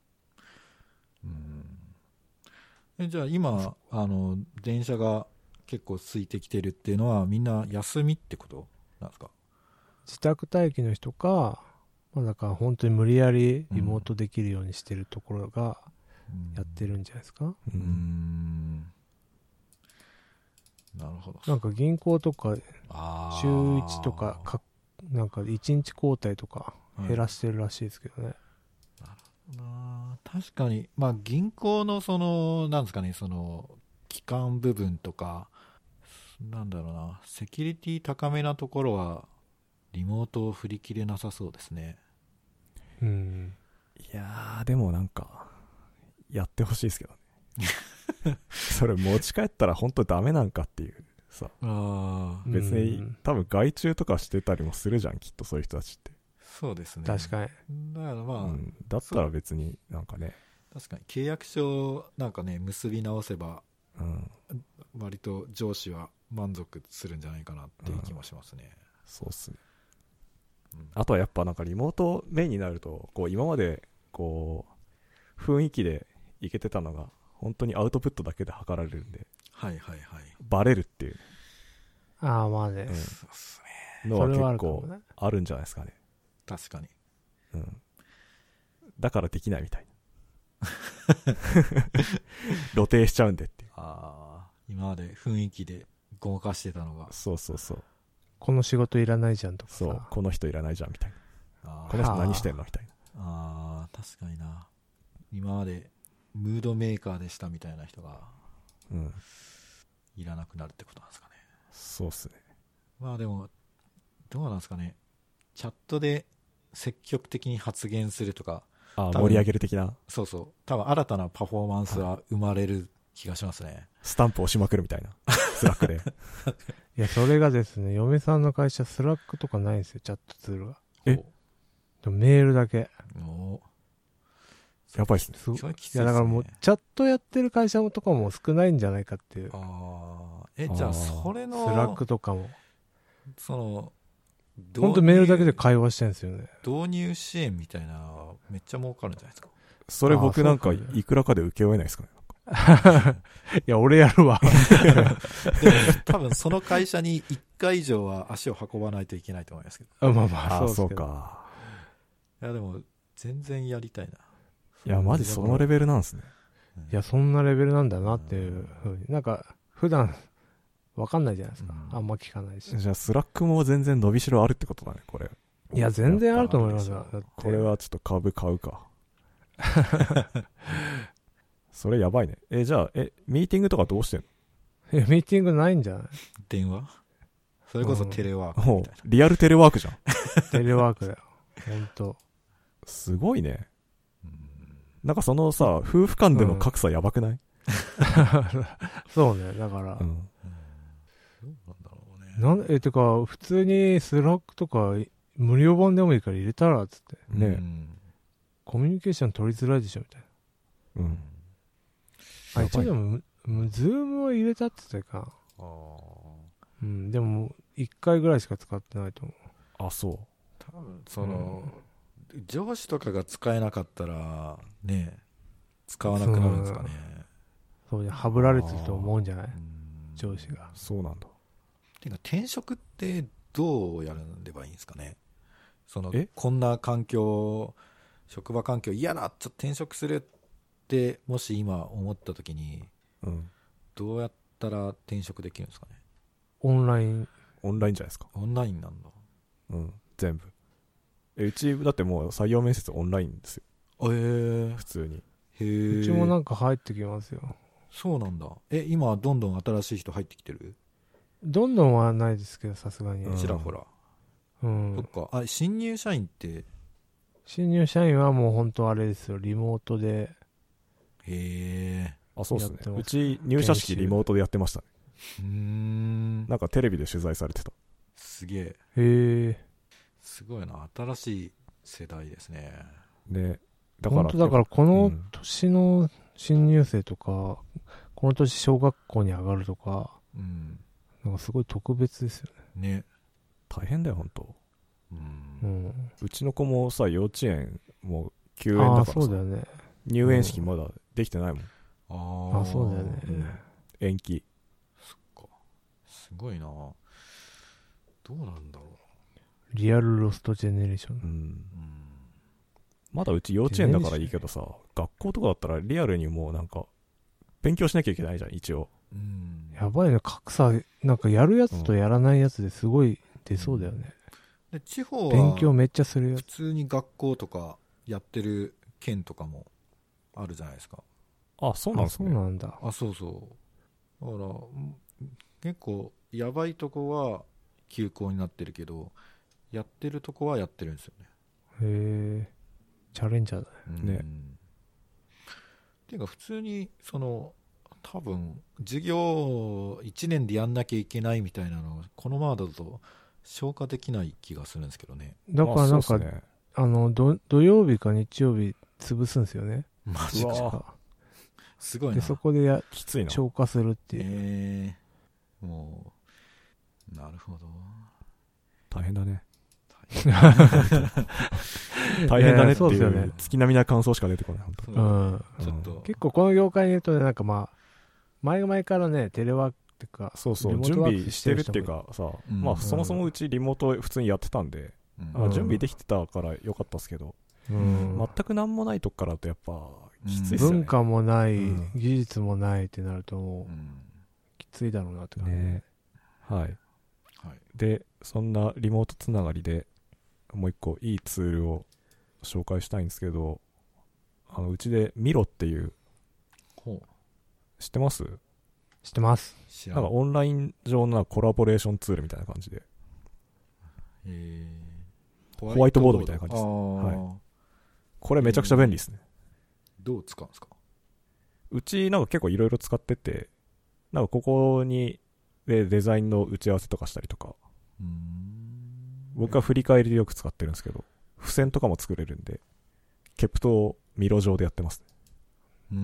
じゃあ今電車が結構空いてきてるっていうのはみんな休みってことなんですか？ 自宅待機の人か、まあ、だから本当に無理やりリモートできるようにしてるところがやってるんじゃないですか。 なるほど。 なんか銀行とか週1とかなんか1日交代とか減らしてるらしいですけどね。 確かに、まあ銀行のなんですかね、基幹部分とか、なんだろうな、セキュリティ高めなところはリモートを振り切れなさそうですね。 いやーでもなんかやってほしいですけどね。それ持ち帰ったら本当ダメなんかっていうさ。別に多分外注とかしてたりもするじゃん、きっとそういう人たちって。 そうですね。 確かに。 だからまあ、 だったら別になんかね。 確かに契約書なんかね結び直せば、割と上司は満足するんじゃないかなっていう気もしますね。 そうっすね。あとはやっぱなんかリモートメインになると、こう今までこう雰囲気でいけてたのが本当にアウトプットだけで測られるんで、バレるっていう。 まあね。 のは結構あるんじゃないですかね。 確かに。 だからできないみたいな。露呈しちゃうんでっていう。 今まで雰囲気でごまかしてたのが。 そうそうそう。 この仕事いらないじゃんとかさ。 そう、この人いらないじゃんみたいな。この人何してんのみたいな。確かにな。今までムードメーカーでしたみたいな人が、いらなくなるってことなんですかね。 そうっすね。 まあでも、どうなんですかね。チャットで積極的に発言するとか、 盛り上げる的な。 そうそう。多分新たなパフォーマンスは生まれる気がしますね。 スタンプ押しまくるみたいな。スラックで。 いや、それがですね、嫁さんの会社スラックとかないんですよ、チャットツールが。でもメールだけ。 やばいっすね。 いや、だからもうチャットやってる会社とかも少ないんじゃないかっていう。 じゃあそれのスラックとかも。 本当メールだけで会話してるんですよね。 導入支援みたいなめっちゃ儲かるんじゃないですか。 それ僕なんかいくらかで請け負えないですかね。 いや俺やるわ。 でも多分その会社に1回以上は足を運ばないといけないと思いますけど。 まあそうか。 いやでも全然やりたいな。 いやマジそのレベルなんですね。 いやそんなレベルなんだなっていうふうになんか普段わかんないじゃないですか。あんま聞かないし。 じゃあスラックも全然伸びしろあるってことだねこれ。 いや全然あると思いますよ。 これはちょっと株買うか。それやばいね。じゃあミーティングとかどうしてんの？ ミーティングないんじゃない？ 電話？それこそテレワークみたいな。 リアルテレワークじゃん。 テレワークだよ。本当。 すごいね。なんかそのさ夫婦間での格差やばくない？ そうね。だから。てか普通にスラックとか無料版でもいいから入れたらっつってね、 コミュニケーション取りづらいでしょみたいな。一応でもズームを入れたって言ってたか。でも1回ぐらいしか使ってないと思う。 そう。 多分上司とかが使えなかったらね使わなくなるんですかね。 そうね、はぶられてると思うんじゃない？上司が。 そうなんだ。 てか転職ってどうやればいいんですかね。こんな環境、職場環境嫌だ、ちょっと転職するってもし今思った時に、どうやったら転職できるんですかね。 オンラインじゃないですか。 オンラインなんだ。 全部。うちだってもう採用面接オンラインですよ。普通に。 うちもなんか入ってきますよ。 そうなんだ。今どんどん新しい人入ってきてる？ どんどんはないですけどさすがに。 ちらほら。 うん。 そっか。新入社員って。 新入社員はもう本当あれですよ、リモートで。 へえ。 そうですね。うち入社式リモートでやってましたね。なんかテレビで取材されてた。 すげえ。 へえ。 すごいな。新しい世代ですね。 ね。 だからこの年の新入生とか、この年小学校に上がるとか、なんかすごい特別ですよね。ね。 大変だよ、ほんと。うちの子もさ、幼稚園もう休園だからさ。 そうだよね。 入園式まだできてないもん。 そうだよね。 延期。 そっか。すごいな。どうなんだろう。 リアルロストジェネレーション。 まだうち幼稚園だからいいけどさ、学校とかだったらリアルにもうなんか、勉強しなきゃいけないじゃん、一応。 やばいね、格差、なんかやるやつとやらないやつですごい出そうだよね。 で地方は勉強めっちゃするよ。 普通に学校とかやってる県とかもあるじゃないですか。 そうなんですね。 そうなんだ。 そうそう。だから結構やばいとこは休校になってるけど、やってるとこはやってるんですよね。 へえ。チャレンジャーだね。 っていうか普通に多分授業1年でやんなきゃいけないみたいなのこのままだと消化できない気がするんですけどね。 だからなんか、土曜日か日曜日潰すんですよね。 マジか。すごいな。 でそこできついな。 消化するっていう。 もうなるほど。 大変だね。大変だねっていう月並みな感想しか出てこない。 本当。ちょっと結構この業界にいるとね、なんか前々からね、テレワークっていうか、 準備してるっていうかさ、そもそもうちリモート普通にやってたんで、準備できてたからよかったっすけど、全くなんもないとこからだとやっぱきついっすよね。 文化もない、技術もないってなるともう、きついだろうなって感じね。 はい。で、そんなリモートつながりで、もう一個いいツールを紹介したいんですけど、うちでミロっていう、知ってます？ 知ってます。 なんかオンライン上のコラボレーションツールみたいな感じで、ホワイトボードみたいな感じです。これめちゃくちゃ便利ですね。 どう使うんですか？ うちなんか結構いろいろ使ってて、なんかここにデザインの打ち合わせとかしたりとか、僕は振り返りでよく使ってるんですけど、付箋とかも作れるんで、ケプトをミロ上でやってますね。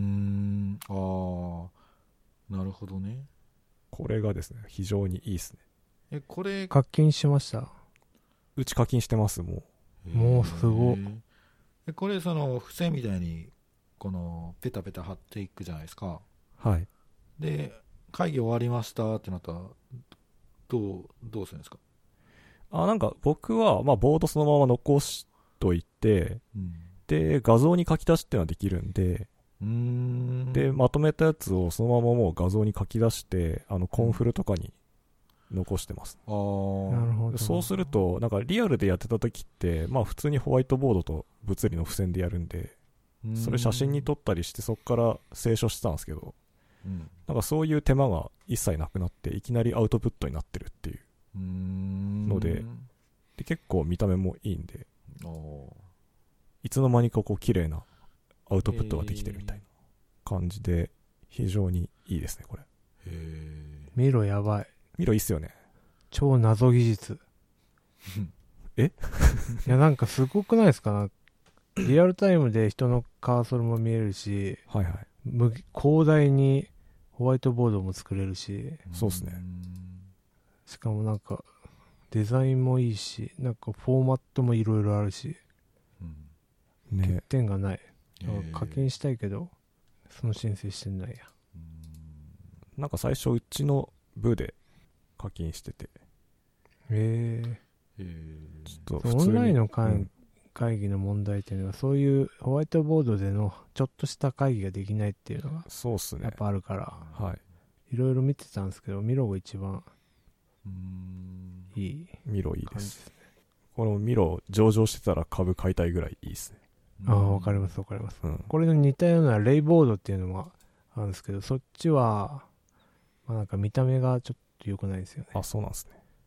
なるほどね。 これがですね、非常にいいですね。これ課金しました？ うち課金してます。もうすごい。これ付箋みたいにペタペタ貼っていくじゃないですか。 はい。 で会議終わりましたってなったらどうするんですか？ なんか僕はボードそのまま残しといて、で画像に書き出しっていうのはできるんで、でまとめたやつをそのままもう画像に書き出してコンフルとかに残してます。 なるほど。 そうするとなんかリアルでやってた時って普通にホワイトボードと物理の付箋でやるんで、それ写真に撮ったりしてそこから清書してたんですけど、なんかそういう手間が一切なくなっていきなりアウトプットになってるっていうので、結構見た目もいいんで、いつの間にか綺麗なアウトプットができてるみたいな感じで非常にいいですね。これミロやばい。 ミロいいっすよね。 超謎技術。いやなんかすごくないですか？リアルタイムで人のカーソルも見えるし、広大にホワイトボードも作れるし、 そうですね。 しかもなんかデザインもいいし、なんかフォーマットもいろいろあるし、欠点がない。課金したいけどその申請してないや。 なんか最初うちの部で課金してて、ちょっと普通にオンラインの会議の問題っていうのはそういうホワイトボードでのちょっとした会議ができないっていうのがそうっすね。 やっぱあるから、 はいろいろ見てたんですけど、ミロが一番いい。 ミロいいです。このミロ上場してたら株買いたいぐらいいいですね。 わかりますわかります、これの似たようなレイボードっていうのもあるんですけど、そっちはなんか見た目がちょっと良くないですよね。 そうなんですね。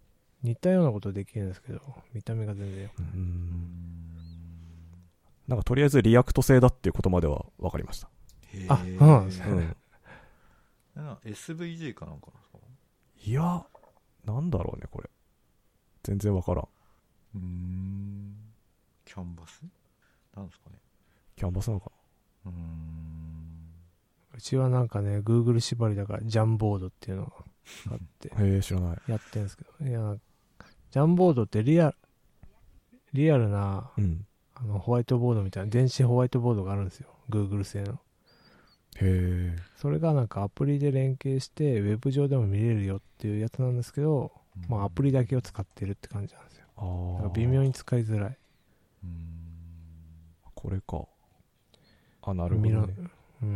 似たようなことできるんですけど、見た目が全然よくない。 なんかとりあえずリアクト製だっていうことまでは分かりました。 あ、そうなんですね。 SVG かなんかな。 いや、なんだろうね、これ。全然分からん。 キャンバスなんですかね。 キャンバスなのかな。 うちはなんかね、Google 縛りだから、ジャンボードっていうのがあって。 へえ、知らない。 やってるんですけど。いや、ジャンボードってリアルな、ホワイトボードみたいな、電子ホワイトボードがあるんですよ。Google 製の。 へえ。 それがなんかアプリで連携して、ウェブ上でも見れるよっていうやつなんですけど、まあアプリだけを使ってるって感じなんですよ。だから微妙に使いづらい。 これか。あ、なるほどね。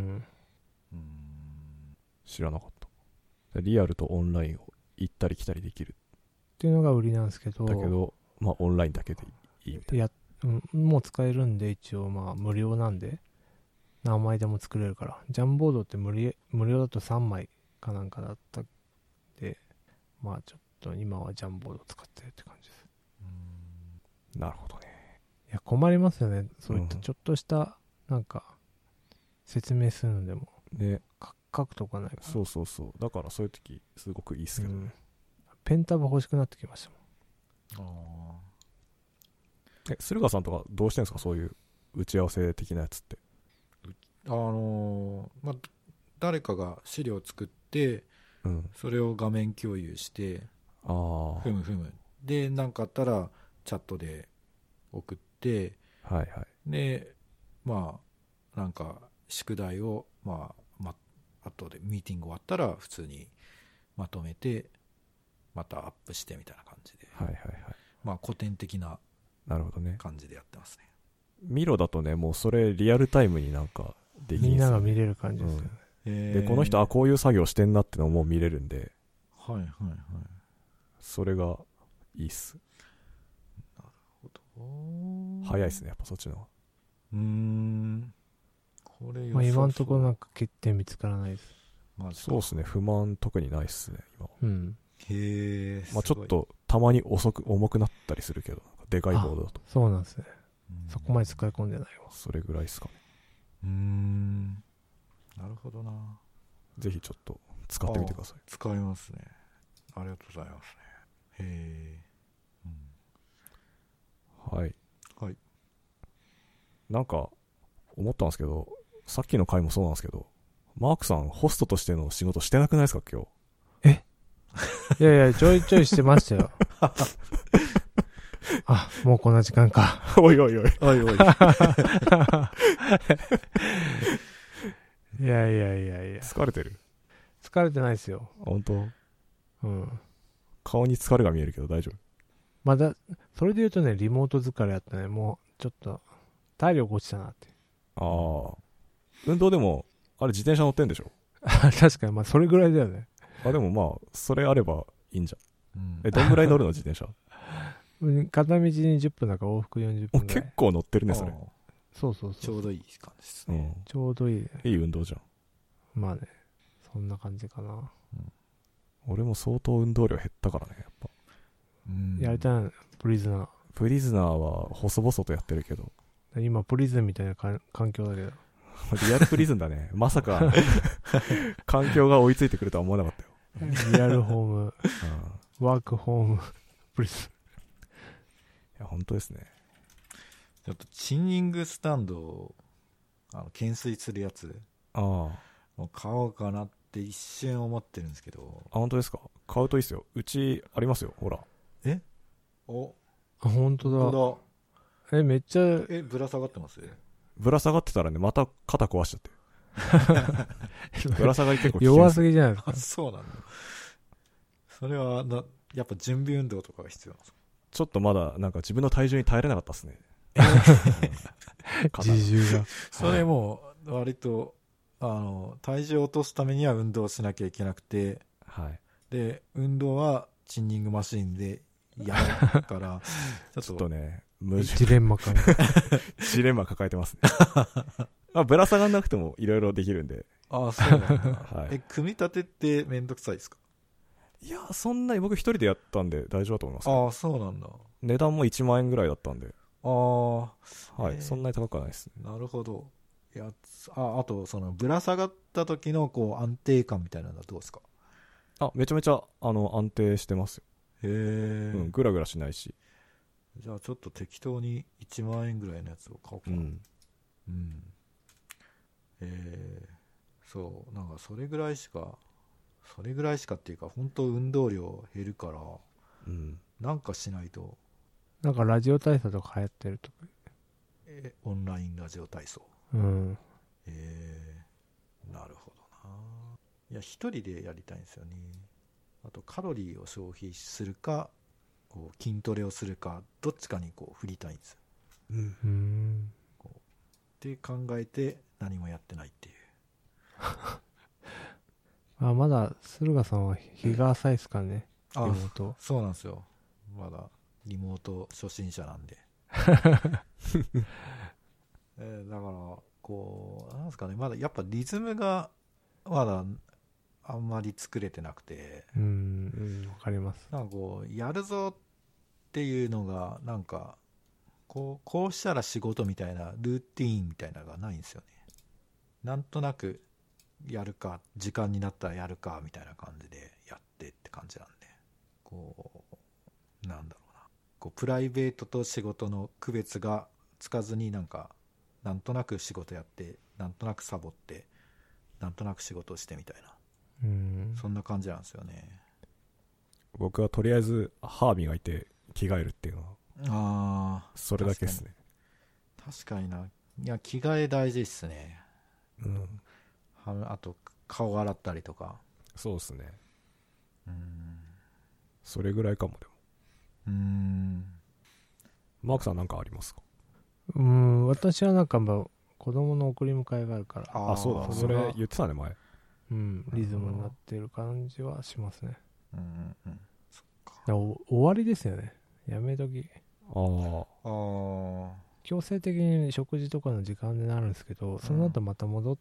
知らなかった。リアルとオンラインを行ったり来たりできるっていうのが売りなんですけど、 だけど、まあオンラインだけでいいみたいな。 もう使えるんで、一応まあ無料なんで、何枚でも作れるから。ジャンボードって無料だと3枚かなんかだったんで、まあちょっと今はジャンボード使ってるって感じです。 なるほどね。 いや、困りますよね。そういったちょっとした、なんか、説明するのでも。 ね。 書くとかないから。 そうそうそう。だからそういう時、すごくいいっすけどね。 ペンタブ欲しくなってきましたもん。駿河さんとかどうしてんですか、そういう打ち合わせ的なやつって。 まあ、誰かが資料を作って、それを画面共有して、ふむ。で、なんかあったら、チャットで送って、で、まあ、なんか、宿題を、まあ、後でミーティング終わったら、普通にまとめて、またアップしてみたいな感じで。まあ、古典的な感じでやってますね。 ミロだとね、もうそれリアルタイムになんかできるんですよね。 みんなが見れる感じですよね。で、この人、こういう作業してんなってのも見れるんで。それがいいっす。 なるほど。 早いっすね、やっぱそっちの。 これまあ今のところなんか欠点見つからないです。 そうっすね、不満特にないっすね、今。 へえ。 まあちょっとたまに重くなったりするけど、でかいボードだと。 そうなんですね。そこまで使い込んでないわ。 それぐらいっすかね。 なるほどな。 ぜひちょっと使ってみてください。 使いますね。ありがとうございますね。へえ。はい。なんか思ったんですけど、さっきの回もそうなんですけど、マークさんホストとしての仕事してなくないですか、今日。いやちょいちょいしてましたよ。あ、もうこんな時間か。 おい。 いや。 疲れてる？ 疲れてないですよ。 本当？顔に疲れが見えるけど大丈夫？ まだ、それで言うとね、リモート疲れやったね。もう、ちょっと、体力落ちたなって。 運動でも、あれ自転車乗ってんでしょ？ 確かに、まあそれぐらいだよね。 でもまあ、それあればいいんじゃん。どんぐらい乗るの自転車？ 片道20分だから往復40分ぐらい。 結構乗ってるね、それ。 そう。 ちょうどいい感じですね。 ちょうどいいね。 いい運動じゃん。 まあね、そんな感じかな。 俺も相当運動量減ったからね、やっぱ。 やりたいな、プリズナー。 プリズナーは細々とやってるけど。 今、プリズンみたいな環境だけど。 リアルプリズンだね。まさか、環境が追いついてくるとは思わなかったよ。 リアルホーム、ワークホーム、プリズン。いや、本当ですね。 ちょっとチンニングスタンドを、懸垂するやつ。もう買おうかなって一瞬思ってるんですけど。 本当ですか？買うといいっすよ。うちありますよ、ほら。 本当だ。めっちゃ。 ぶら下がってます？ ぶら下がってたらね、また肩壊しちゃって。ぶら下がり結構弱すぎじゃないですか。 そうなんだ。それはやっぱ準備運動とかが必要なんですか？ ちょっとまだなんか自分の体重に耐えれなかったっすね。 自重が。 それも割と体重を落とすためには運動しなきゃいけなくて、で運動はチンニングマシーンでやるからちょっとね、 ジレンマ抱えてますね。ぶら下がんなくてもいろいろできるんで。 そうなんだ。組み立てってめんどくさいですか？ いや、そんなに僕一人でやったんで大丈夫だと思います。 ああ、そうなんだ。 値段も1万円ぐらいだったんで。 ああ。 はい、そんなに高くはないですね。 なるほど。いや、あと、ぶら下がった時の、安定感みたいなのはどうですか？ めちゃめちゃ、安定してますよ。 へえ。 うん、ぐらぐらしないし。 じゃあ、ちょっと適当に1万円ぐらいのやつを買おうかな。うん。うん。そう、なんか、それぐらいしかっていうか、本当運動量減るから、うん。なんかしないと。 なんか、ラジオ体操とか流行ってるとか。 オンラインラジオ体操。 うん。 なるほどな。いや、一人でやりたいんですよね。あと、カロリーを消費するか、筋トレをするか、どっちかに振りたいんですよ。うん。って考えて、何もやってないっていう。 まだ、駿河さんは日が浅いですかね。リモート。 そうなんですよ。まだ、リモート初心者なんで。だから、なんですかね、まだやっぱリズムが、まだ、あんまり作れてなくて。 わかります。 なんかやるぞっていうのが、なんか、こうしたら仕事みたいな、ルーティーンみたいなのがないんですよね。なんとなく、やるか、時間になったらやるか、みたいな感じでやってって感じなんで。なんだろうな。プライベートと仕事の区別がつかずになんとなく仕事やって、なんとなくサボって、なんとなく仕事をしてみたいな。そんな感じなんですよね。 僕はとりあえず歯磨いて着替えるっていうのは、それだけですね。 確かにな。いや、着替え大事っすね。うん。あと、顔洗ったりとか。 そうですね。それぐらいかも、でも。マークさんなんかありますか？ 私はなんか子供の送り迎えがあるから。 そうだ、それ言ってたね、前。 リズムになってる感じはしますね。終わりですよね。やめとき。強制的に食事とかの時間になるんですけど、その後また戻って、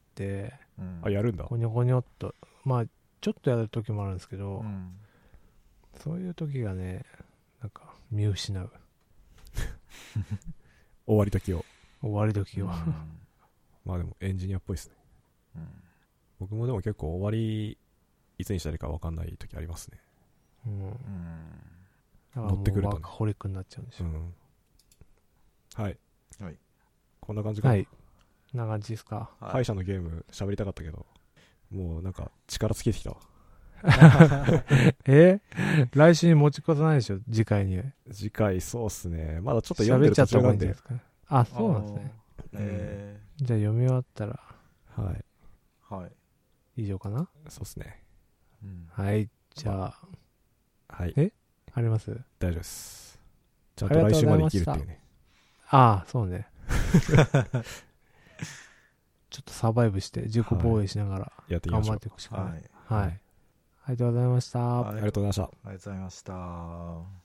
やるんだ。 ゴニョゴニョっと。ちょっとやる時もあるんですけど、そういう時がね、なんか見失う。 終わり時を。まあでもエンジニアっぽいですね。僕もでも結構終わりいつにしたらいいか分かんない時ありますね。 乗ってくると、ワーカホリックになっちゃうんですよ。 はい。こんな感じかな。 こんな感じですか。 歯医者のゲーム喋りたかったけど、もうなんか力尽きてきたわ。 来週に持ち越さないでしょ、次回に。 次回そうっすね。まだちょっと読んでる途中なんで。 そうなんですね。じゃあ読み終わったら。 はい。 以上かな？ そうっすね。 はい、じゃあ。 はい。 あります？ 大丈夫ですす。ちゃんと来週まで生きるっていうね。 そうね。ちょっとサバイブして自己防衛しながら頑張っていくしかない。はい。ありがとうございました。 ありがとうございました。 ありがとうございました。